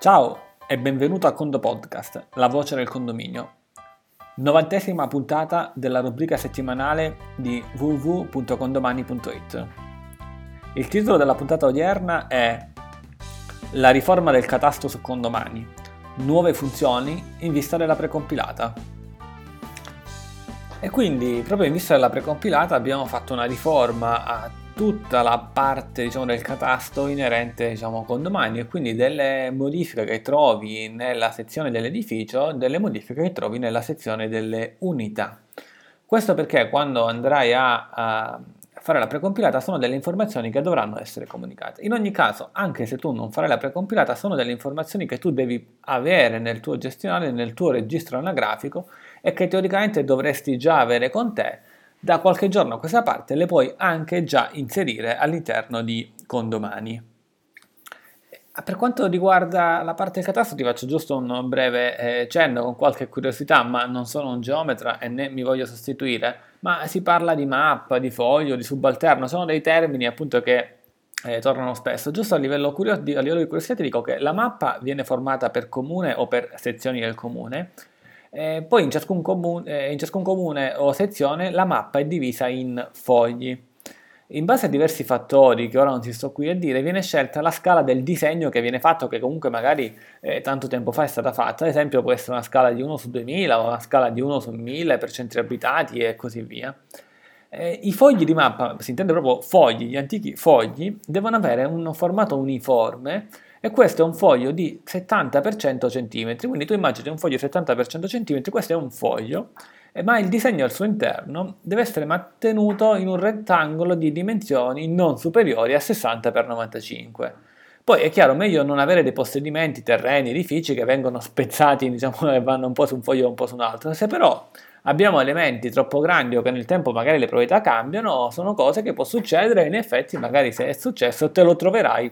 Ciao e benvenuto a Condo Podcast, la voce del condominio. 90ª puntata della rubrica settimanale di www.condomani.it. Il titolo della puntata odierna è La riforma del catasto su Condomani, nuove funzioni in vista della precompilata. E quindi, proprio in vista della precompilata, abbiamo fatto una riforma a tutta la parte, del catasto inerente, condomani, e quindi delle modifiche che trovi nella sezione dell'edificio, delle modifiche che trovi nella sezione delle unità. Questo perché quando andrai a fare la precompilata sono delle informazioni che dovranno essere comunicate. In ogni caso, anche se tu non farai la precompilata, sono delle informazioni che tu devi avere nel tuo gestionale, nel tuo registro anagrafico, e che teoricamente dovresti già avere con te. Da qualche giorno a questa parte le puoi anche già inserire all'interno di Condomani. Per quanto riguarda la parte del catasto ti faccio giusto un breve cenno con qualche curiosità, ma non sono un geometra e né mi voglio sostituire, ma si parla di mappa, di foglio, di subalterno, sono dei termini appunto che tornano spesso. Giusto a livello di curiosità ti dico che la mappa viene formata per comune o per sezioni del comune. Poi in ciascun comune o sezione la mappa è divisa in fogli. In base a diversi fattori che ora non ti sto qui a dire, viene scelta la scala del disegno che viene fatto, che comunque magari tanto tempo fa è stata fatta. Ad esempio può essere una scala di 1 su 2000 o una scala di 1 su 1000 per centri abitati e così via. I fogli di mappa, si intende proprio fogli, gli antichi fogli, devono avere un formato uniforme. E questo è un foglio di 70 x 100 cm, quindi tu immagini un foglio di 70 x 100 cm, questo è un foglio, ma il disegno al suo interno deve essere mantenuto in un rettangolo di dimensioni non superiori a 60 x 95. Poi è chiaro, meglio non avere dei possedimenti, terreni, edifici che vengono spezzati, e vanno un po' su un foglio e un po' su un altro. Se però abbiamo elementi troppo grandi o che nel tempo magari le proprietà cambiano, sono cose che può succedere e in effetti magari se è successo te lo troverai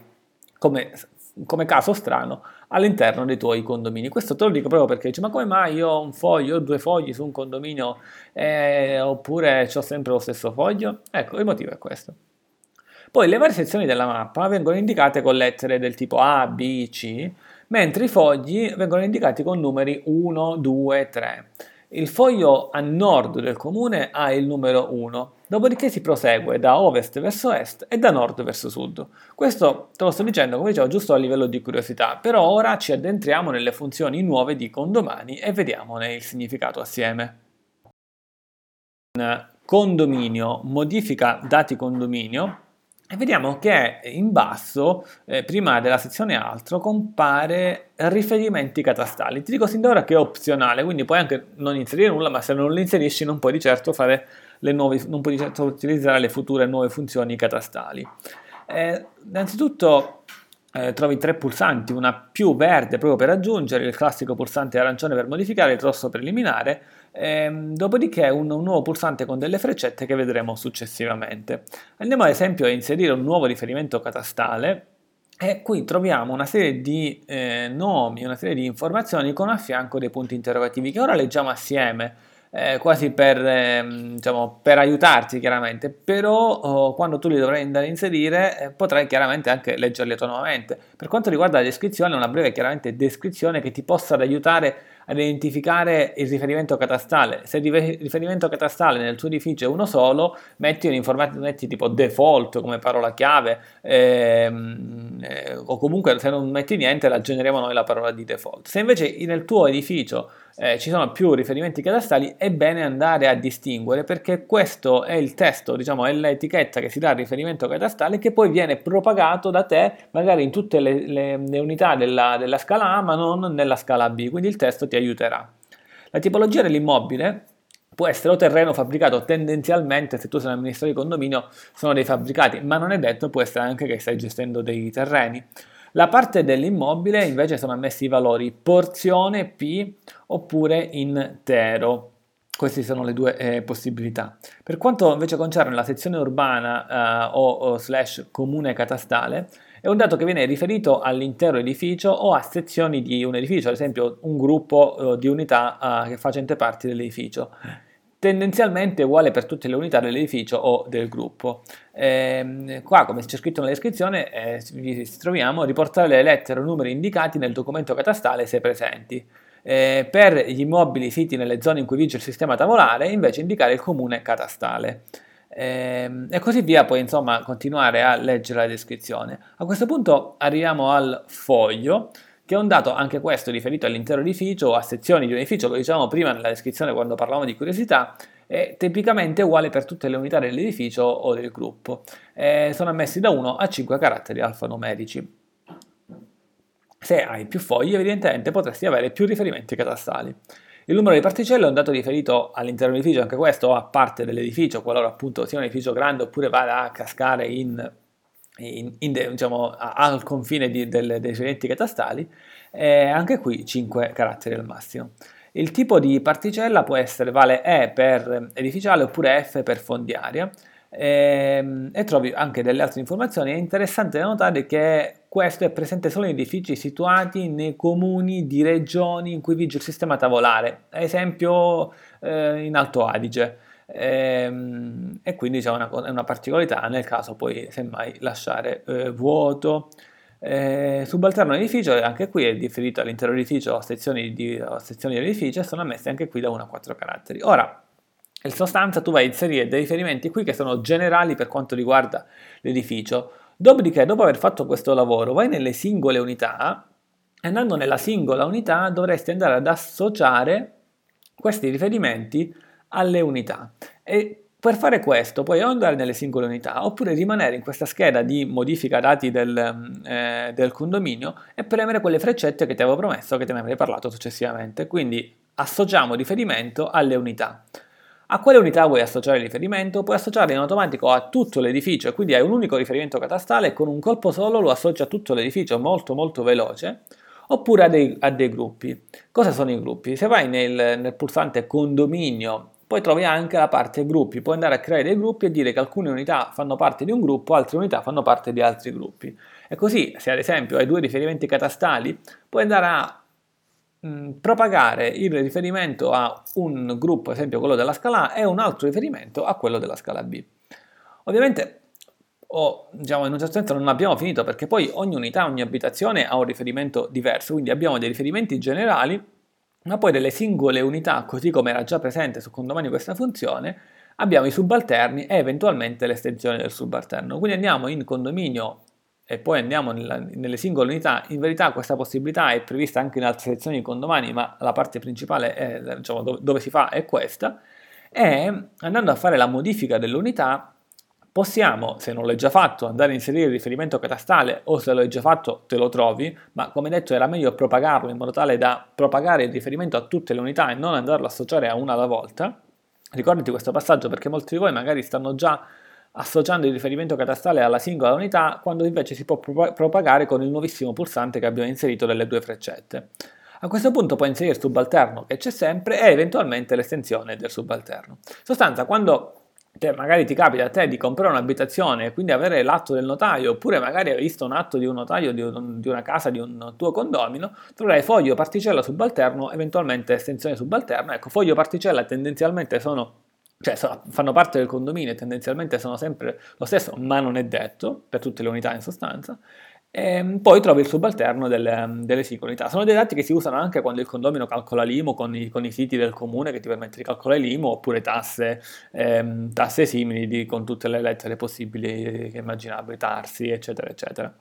come caso strano all'interno dei tuoi condomini. Questo te lo dico proprio perché dici, ma come mai io ho un foglio, ho due fogli su un condominio oppure ho sempre lo stesso foglio? Ecco, il motivo è questo. Poi le varie sezioni della mappa vengono indicate con lettere del tipo A, B, C, mentre i fogli vengono indicati con numeri 1, 2, 3. Il foglio a nord del comune ha il numero 1, dopodiché si prosegue da ovest verso est e da nord verso sud. Questo te lo sto dicendo, come dicevo, giusto a livello di curiosità, però ora ci addentriamo nelle funzioni nuove di Condomani e vediamone il significato assieme. Condominio, modifica dati condominio. E vediamo che in basso, prima della sezione altro, compare riferimenti catastali. Ti dico sin da ora che è opzionale, quindi puoi anche non inserire nulla, ma se non lo inserisci non puoi di certo non puoi di certo utilizzare le future nuove funzioni catastali. Innanzitutto trovi tre pulsanti, una più verde proprio per aggiungere, il classico pulsante arancione per modificare, il rosso per eliminare, dopodiché un nuovo pulsante con delle freccette che vedremo successivamente. Andiamo ad esempio a inserire un nuovo riferimento catastale e qui troviamo una serie di nomi, una serie di informazioni con a fianco dei punti interrogativi che ora leggiamo assieme. Quasi per aiutarti chiaramente, però quando tu li dovrai andare a inserire potrai chiaramente anche leggerli autonomamente. Per quanto riguarda la descrizione, una breve chiaramente descrizione che ti possa aiutare ad identificare il riferimento catastale. Se il riferimento catastale nel tuo edificio è uno solo, metti tipo default come parola chiave, o comunque se non metti niente la generiamo noi la parola di default. Se invece nel tuo edificio ci sono più riferimenti catastali, è bene andare a distinguere, perché questo è il testo, è l'etichetta che si dà al riferimento catastale, che poi viene propagato da te magari in tutte le unità della scala A, ma non nella scala B, quindi il testo ti aiuterà. La tipologia dell'immobile può essere o terreno fabbricato, tendenzialmente se tu sei un amministratore di condominio sono dei fabbricati, ma non è detto, può essere anche che stai gestendo dei terreni. La parte dell'immobile invece sono ammessi i valori porzione P oppure intero. Queste sono le due possibilità. Per quanto invece concerne la sezione urbana o / comune catastale, è un dato che viene riferito all'intero edificio o a sezioni di un edificio, ad esempio un gruppo di unità che facente parte dell'edificio. tendenzialmente uguale per tutte le unità dell'edificio o del gruppo. Qua, come c'è scritto nella descrizione, troviamo riportare le lettere o numeri indicati nel documento catastale se presenti. Per gli immobili siti nelle zone in cui vige il sistema tavolare, invece indicare il comune catastale. E così via, poi insomma continuare a leggere la descrizione. A questo punto arriviamo al foglio, che è un dato anche questo riferito all'intero edificio o a sezioni di un edificio, lo dicevamo prima nella descrizione quando parlavamo di curiosità, è tipicamente uguale per tutte le unità dell'edificio o del gruppo. Sono ammessi da 1 a 5 caratteri alfanumerici. Se hai più fogli, evidentemente potresti avere più riferimenti catastali. Il numero di particelle è un dato riferito all'intero edificio, anche questo, o a parte dell'edificio, qualora appunto sia un edificio grande oppure vada a cascare diciamo, al confine dei riferimenti catastali. Anche qui 5 caratteri al massimo. Il tipo di particella può essere vale E per edificiale oppure F per fondiaria. E trovi anche delle altre informazioni. È interessante notare che questo è presente solo in edifici situati nei comuni di regioni in cui vige il sistema tavolare, ad esempio in Alto Adige, e quindi c'è una particolarità, nel caso puoi semmai lasciare vuoto. Subalterno edificio, anche qui è riferito all'intero edificio o a sezioni dell'edificio, e sono ammesse anche qui da 1 a 4 caratteri. Ora, in sostanza tu vai a inserire dei riferimenti qui che sono generali per quanto riguarda l'edificio. Dopodiché, dopo aver fatto questo lavoro, vai nelle singole unità e andando nella singola unità dovresti andare ad associare questi riferimenti alle unità. E per fare questo puoi o andare nelle singole unità oppure rimanere in questa scheda di modifica dati del condominio e premere quelle freccette che ti avevo promesso, che te ne avrei parlato successivamente. Quindi associamo riferimento alle unità. A quale unità vuoi associare il riferimento? Puoi associare in automatico a tutto l'edificio e quindi hai un unico riferimento catastale e con un colpo solo lo associ a tutto l'edificio molto molto veloce, oppure a dei gruppi. Cosa sono i gruppi? Se vai nel pulsante condominio, poi trovi anche la parte gruppi, puoi andare a creare dei gruppi e dire che alcune unità fanno parte di un gruppo, altre unità fanno parte di altri gruppi. E così, se ad esempio hai 2 riferimenti catastali, puoi andare a propagare il riferimento a un gruppo, ad esempio quello della scala A, e un altro riferimento a quello della scala B. Ovviamente, diciamo, in un certo senso non abbiamo finito, perché poi ogni unità, ogni abitazione ha un riferimento diverso, quindi abbiamo dei riferimenti generali, ma poi delle singole unità, così come era già presente su condominio questa funzione, abbiamo i subalterni e eventualmente l'estensione del subalterno. Quindi andiamo in condominio e poi andiamo nelle singole unità. In verità questa possibilità è prevista anche in altre sezioni di condomini, ma la parte principale è, diciamo, dove si fa è questa, e andando a fare la modifica dell'unità possiamo, se non l'hai già fatto, andare a inserire il riferimento catastale, o se l'hai già fatto te lo trovi, ma come detto era meglio propagarlo in modo tale da propagare il riferimento a tutte le unità e non andarlo a associare a una alla volta. Ricordati questo passaggio perché molti di voi magari stanno già associando il riferimento catastale alla singola unità, quando invece si può propagare con il nuovissimo pulsante che abbiamo inserito delle 2 freccette. A questo punto puoi inserire il subalterno che c'è sempre e eventualmente l'estensione del subalterno. In sostanza, quando magari ti capita a te di comprare un'abitazione e quindi avere l'atto del notaio, oppure magari hai visto un atto di un notaio di una casa, di un tuo condomino, troverai foglio, particella, subalterno, eventualmente estensione subalterna. Ecco, foglio, particella tendenzialmente fanno parte del condominio e tendenzialmente sono sempre lo stesso, ma non è detto, per tutte le unità in sostanza. E poi trovi il subalterno delle singole unità. Sono dei dati che si usano anche quando il condomino calcola l'IMU con i siti del comune che ti permette di calcolare l'IMU, oppure tasse simili con tutte le lettere possibili che immaginabili, tarsi, eccetera, eccetera.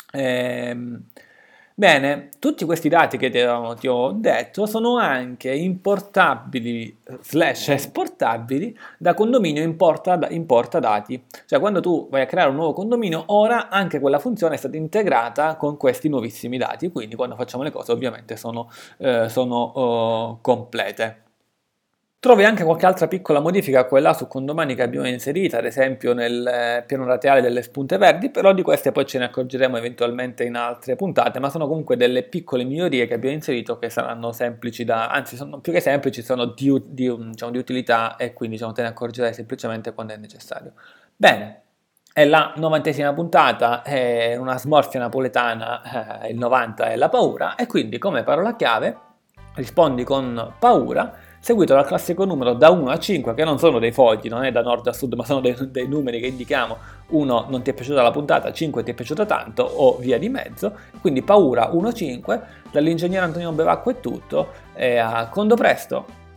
Bene, tutti questi dati che ti ho detto sono anche importabili / esportabili da condominio importa dati. Cioè quando tu vai a creare un nuovo condominio, ora anche quella funzione è stata integrata con questi nuovissimi dati, quindi quando facciamo le cose ovviamente sono complete. Trovi anche qualche altra piccola modifica qua e là su condomini che abbiamo inserito, ad esempio nel piano rateale delle spunte verdi, però di queste poi ce ne accorgeremo eventualmente in altre puntate, ma sono comunque delle piccole migliorie che abbiamo inserito che saranno semplici anzi sono più che semplici, sono di utilità, e quindi te ne accorgerai semplicemente quando è necessario. Bene, è la 90ª puntata, è una smorfia napoletana, il 90 è la paura, e quindi come parola chiave rispondi con paura. seguito dal classico numero da 1 a 5, che non sono dei fogli, non è da nord a sud, ma sono dei numeri che indichiamo: 1 non ti è piaciuta la puntata, 5 ti è piaciuta tanto, o via di mezzo. Quindi paura 1-5, dall'ingegnere Antonio Bevacqua è tutto, e a condo presto!